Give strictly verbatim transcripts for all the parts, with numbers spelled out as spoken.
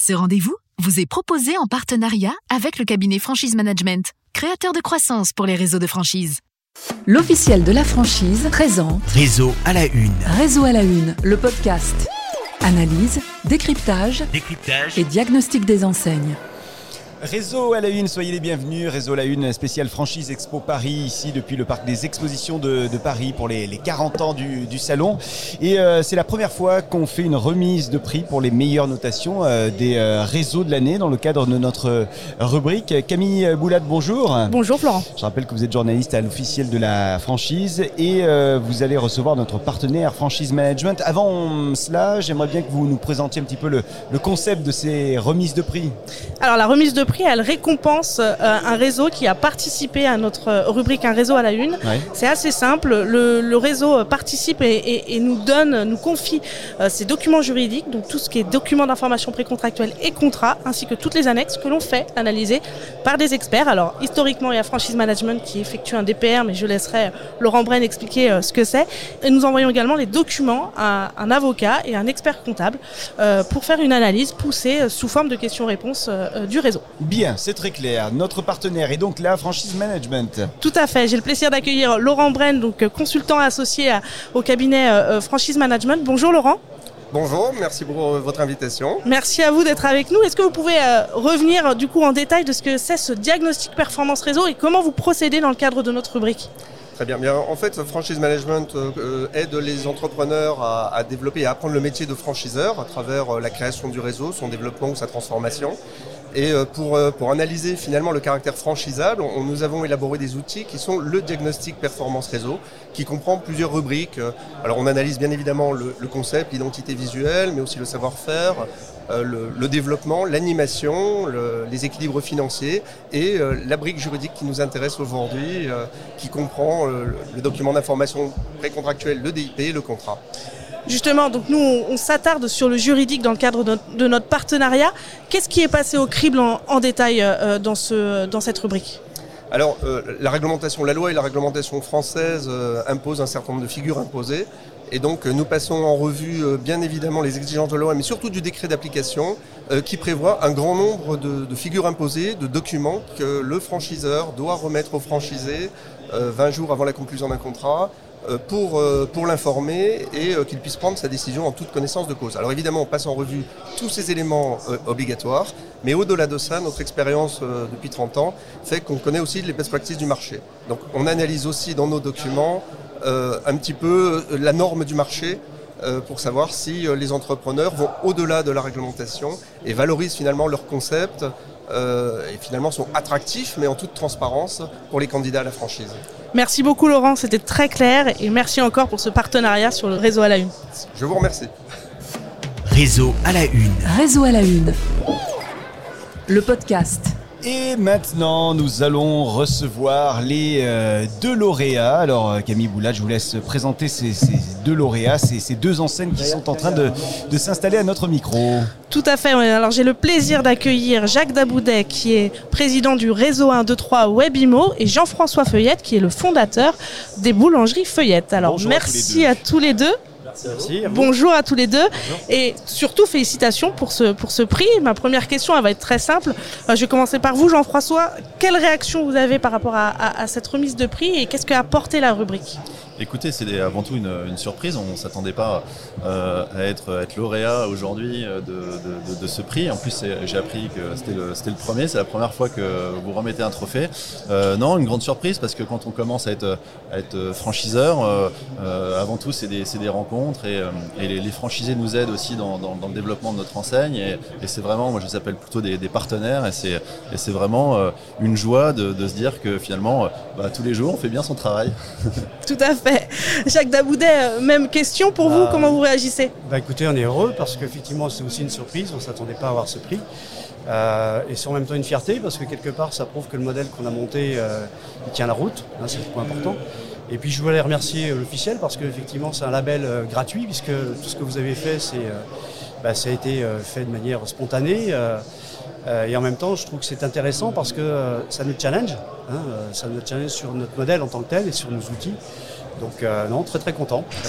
Ce rendez-vous vous est proposé en partenariat avec le cabinet Franchise Management, créateur de croissance pour les réseaux de franchise. L'officiel de la franchise présente Réseau à la une. Réseau à la une, le podcast. Analyse, décryptage, Décryptage et diagnostic des enseignes. Réseau à la une, soyez les bienvenus. Réseau à la une, spécial franchise Expo Paris, ici depuis le parc des expositions de, de Paris pour les, les quarante ans du, du salon. Et euh, c'est la première fois qu'on fait une remise de prix pour les meilleures notations euh, des euh, réseaux de l'année dans le cadre de notre rubrique. Camille Boulade, bonjour. Bonjour Florent. Je rappelle que vous êtes journaliste à l'officiel de la franchise et euh, vous allez recevoir notre partenaire Franchise Management. Avant cela, j'aimerais bien que vous nous présentiez un petit peu le, le concept de ces remises de prix. Alors la remise de prix, elle récompense euh, un réseau qui a participé à notre rubrique Un réseau à la une. Ouais. C'est assez simple, le, le réseau participe et, et, et nous donne, nous confie euh, ses documents juridiques, donc tout ce qui est documents d'information précontractuelle et contrats, ainsi que toutes les annexes que l'on fait analyser par des experts. Alors historiquement, il y a Franchise Management qui effectue un D P R, mais je laisserai Laurent Brenne expliquer euh, ce que c'est. Et nous envoyons également les documents à un avocat et un expert comptable euh, pour faire une analyse poussée euh, sous forme de questions-réponses euh, du réseau. Bien, c'est très clair. Notre partenaire est donc la Franchise Management. Tout à fait. J'ai le plaisir d'accueillir Laurent Brenne, donc consultant associé à, au cabinet euh, Franchise Management. Bonjour Laurent. Bonjour, merci pour votre invitation. Merci à vous d'être avec nous. Est-ce que vous pouvez euh, revenir du coup en détail de ce que c'est ce diagnostic performance réseau et comment vous procédez dans le cadre de notre rubrique ? Très bien. bien. En fait, Franchise Management euh, aide les entrepreneurs à, à développer et à apprendre le métier de franchiseur à travers euh, la création du réseau, son développement ou sa transformation. Et pour, pour analyser finalement le caractère franchisable, on, nous avons élaboré des outils qui sont le diagnostic performance réseau, qui comprend plusieurs rubriques. Alors on analyse bien évidemment le, le concept, l'identité visuelle, mais aussi le savoir-faire, euh, le, le développement, l'animation, le, les équilibres financiers et euh, la brique juridique qui nous intéresse aujourd'hui, euh, qui comprend euh, le document d'information précontractuel, le D I P et le contrat. Justement, donc nous, on, on s'attarde sur le juridique dans le cadre de notre, de notre partenariat. Qu'est-ce qui est passé au crible en, en détail euh, dans, ce, dans cette rubrique ? Alors, euh, la réglementation, la loi et la réglementation française euh, imposent un certain nombre de figures imposées. Et donc, euh, nous passons en revue, euh, bien évidemment, les exigences de la loi, mais surtout du décret d'application euh, qui prévoit un grand nombre de, de figures imposées, de documents que le franchiseur doit remettre au franchisé euh, vingt jours avant la conclusion d'un contrat, pour, pour l'informer et qu'il puisse prendre sa décision en toute connaissance de cause. Alors évidemment, on passe en revue tous ces éléments euh, obligatoires, mais au-delà de ça, notre expérience euh, depuis trente ans fait qu'on connaît aussi les best practices du marché. Donc on analyse aussi dans nos documents euh, un petit peu la norme du marché euh, pour savoir si euh, les entrepreneurs vont au-delà de la réglementation et valorisent finalement leur concept euh, et finalement sont attractifs, mais en toute transparence pour les candidats à la franchise. Merci beaucoup Laurent, c'était très clair et merci encore pour ce partenariat sur le réseau à la une. Je vous remercie. Réseau à la une. Réseau à la une. Le podcast. Et maintenant, nous allons recevoir les euh, deux lauréats. Alors Camille Boulade, je vous laisse présenter ces, ces deux lauréats, ces, ces deux enseignes qui sont en train de, de s'installer à notre micro. Tout à fait. Alors j'ai le plaisir d'accueillir Jacques Daboudet, qui est président du réseau un deux trois Webimo, et Jean-François Feuillette, qui est le fondateur des boulangeries Feuillette. Alors bonjour merci à tous les deux. Merci. À Bonjour à tous les deux. Bonjour. Et surtout félicitations pour ce, pour ce prix. Ma première question, elle va être très simple. Je vais commencer par vous, Jean-François. Quelle réaction vous avez par rapport à, à, à cette remise de prix et qu'est-ce qu'a apporté la rubrique ? Écoutez, c'est avant tout une, une surprise. On ne s'attendait pas euh, à être, être lauréat aujourd'hui de, de, de, de ce prix. En plus, j'ai appris que c'était le, c'était le premier. C'est la première fois que vous remettez un trophée. Euh, non, une grande surprise parce que quand on commence à être, à être franchiseur, euh, euh, avant tout, c'est des, c'est des rencontres et, et les, les franchisés nous aident aussi dans, dans, dans le développement de notre enseigne. Et, et c'est vraiment, moi je les appelle plutôt des, des partenaires et c'est, et c'est vraiment euh, une joie de, de se dire que finalement, bah, tous les jours, on fait bien son travail. Tout à fait. Jacques Daboudet, même question pour vous, euh, comment vous réagissez ? Bah écoutez, on est heureux parce qu'effectivement c'est aussi une surprise, on ne s'attendait pas à avoir ce prix. Euh, et c'est en même temps une fierté parce que quelque part ça prouve que le modèle qu'on a monté, euh, il tient la route, hein, c'est le point important. Et puis je voulais remercier l'officiel parce qu'effectivement c'est un label euh, gratuit puisque tout ce que vous avez fait, c'est, euh, bah, ça a été euh, fait de manière spontanée. Euh, euh, et en même temps, je trouve que c'est intéressant parce que euh, ça nous challenge, hein, euh, ça nous challenge sur notre modèle en tant que tel et sur nos outils. Donc euh, non, très très content. Merci.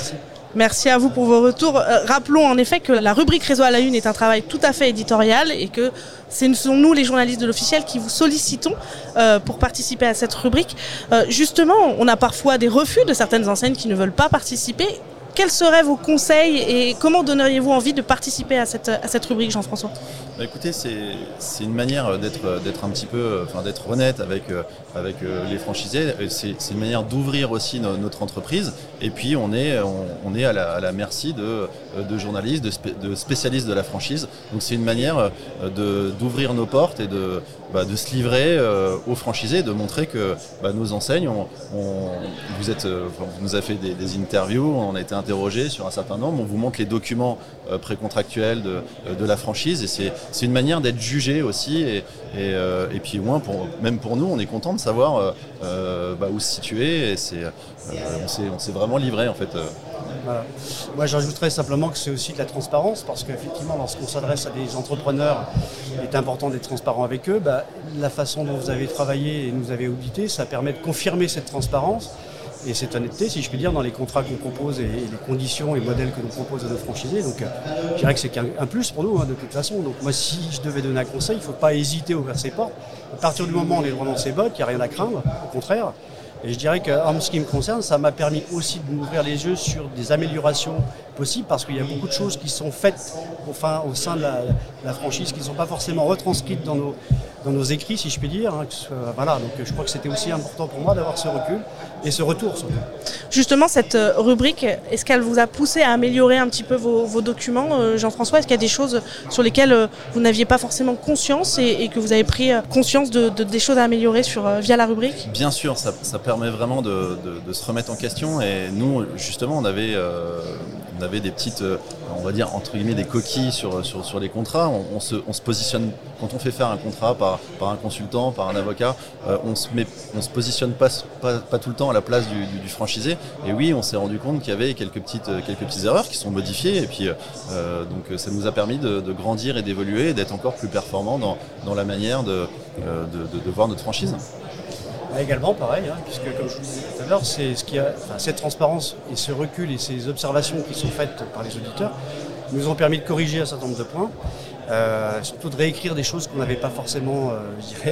Merci à vous pour vos retours. Euh, rappelons en effet que la rubrique Réseau à la Une est un travail tout à fait éditorial et que ce sont nous, les journalistes de l'Officiel, qui vous sollicitons euh, pour participer à cette rubrique. Euh, justement, on a parfois des refus de certaines enseignes qui ne veulent pas participer. Quels seraient vos conseils et comment donneriez-vous envie de participer à cette, à cette rubrique, Jean-François ? Bah écoutez, c'est, c'est une manière d'être, d'être un petit peu, enfin d'être honnête avec, avec les franchisés. C'est, c'est une manière d'ouvrir aussi no, notre entreprise. Et puis on est, on, on est à, la, à la merci de, de journalistes, de, spé, de spécialistes de la franchise. Donc c'est une manière de, d'ouvrir nos portes et de, bah, de se livrer euh, aux franchisés, de montrer que bah, nos enseignes, on, on, vous, êtes, enfin, vous nous avez fait des, des interviews, on a été interrogés sur un certain nombre, on vous montre les documents euh, précontractuels de, de la franchise et c'est, c'est une manière d'être jugé aussi et, et, euh, et puis au moins pour, même pour nous on est content de savoir euh, bah, où se situer et c'est, euh, on, s'est, on s'est vraiment livré en fait. Voilà. Moi j'ajouterais simplement que c'est aussi de la transparence parce qu'effectivement lorsqu'on s'adresse à des entrepreneurs il est important d'être transparent avec eux. Bah, la façon dont vous avez travaillé et nous avez audité ça permet de confirmer cette transparence et cette honnêteté, si je puis dire, dans les contrats qu'on propose et les conditions et modèles que nous proposent à nos franchisés. Donc, euh, je dirais que c'est qu'un un plus pour nous, hein, de toute façon. Donc, moi, si je devais donner un conseil, il ne faut pas hésiter à ouvrir ses portes. À partir du moment où on est droit dans ses bottes, il n'y a rien à craindre, au contraire. Et je dirais qu'en ce qui me concerne, ça m'a permis aussi de m'ouvrir les yeux sur des améliorations possibles parce qu'il y a beaucoup de choses qui sont faites enfin, au sein de la, la franchise qui ne sont pas forcément retranscrites dans nos, dans nos écrits, si je puis dire. Hein, que ce soit, voilà, donc je crois que c'était aussi important pour moi d'avoir ce recul et ce retour surtout. Justement, cette rubrique, est-ce qu'elle vous a poussé à améliorer un petit peu vos, vos documents, Jean-François ? Est-ce qu'il y a des choses sur lesquelles vous n'aviez pas forcément conscience et, et que vous avez pris conscience de, de, des choses à améliorer sur, via la rubrique ? Bien sûr, ça, ça permet vraiment de, de, de se remettre en question et nous, justement, on avait... Euh, on avait des petites, on va dire entre guillemets des coquilles sur, sur, sur les contrats. On, on, se, on se positionne, quand on fait faire un contrat par, par un consultant, par un avocat, euh, on se met, on se positionne pas, pas, pas tout le temps à la place du, du, du franchisé. Et oui, on s'est rendu compte qu'il y avait quelques petites, quelques petites erreurs qui sont modifiées. Et puis, euh, donc, ça nous a permis de, de grandir et d'évoluer et d'être encore plus performants dans, dans la manière de, de, de, de voir notre franchise. Également pareil, hein, puisque comme je vous disais tout à l'heure, c'est ce qui a, enfin, cette transparence et ce recul et ces observations qui sont faites par les auditeurs nous ont permis de corriger un certain nombre de points, euh, surtout de réécrire des choses qu'on n'avait pas forcément, euh, je dirais,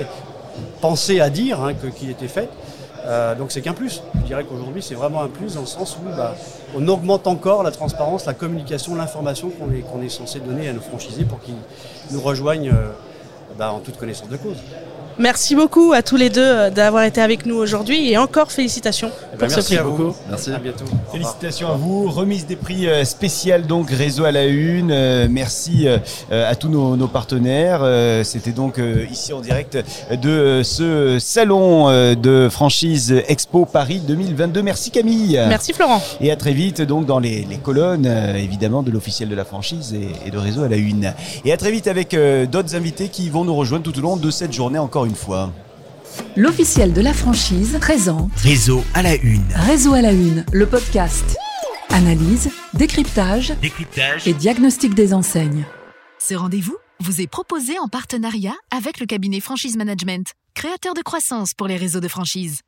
pensé à dire, hein, que, qui étaient faites. Euh, donc c'est qu'un plus. Je dirais qu'aujourd'hui c'est vraiment un plus dans le sens où bah, on augmente encore la transparence, la communication, l'information qu'on est, qu'on est censé donner à nos franchisés pour qu'ils nous rejoignent euh, bah, en toute connaissance de cause. Merci beaucoup à tous les deux d'avoir été avec nous aujourd'hui et encore félicitations eh pour ben, ce merci prix. À beaucoup. Merci. À bientôt. Félicitations à vous. Remise des prix spéciales donc Réseau à la Une. Merci à tous nos, nos partenaires. C'était donc ici en direct de ce salon de franchise Expo Paris deux mille vingt-deux. Merci Camille. Merci Florent. Et à très vite donc dans les, les colonnes évidemment de l'Officiel de la franchise et, et de Réseau à la Une. Et à très vite avec d'autres invités qui vont nous rejoindre tout au long de cette journée encore une fois. L'Officiel de la franchise présente Réseau à la Une. Réseau à la Une, le podcast. Analyse, décryptage, Décryptage et diagnostic des enseignes. Ce rendez-vous vous est proposé en partenariat avec le cabinet Franchise Management, créateur de croissance pour les réseaux de franchise.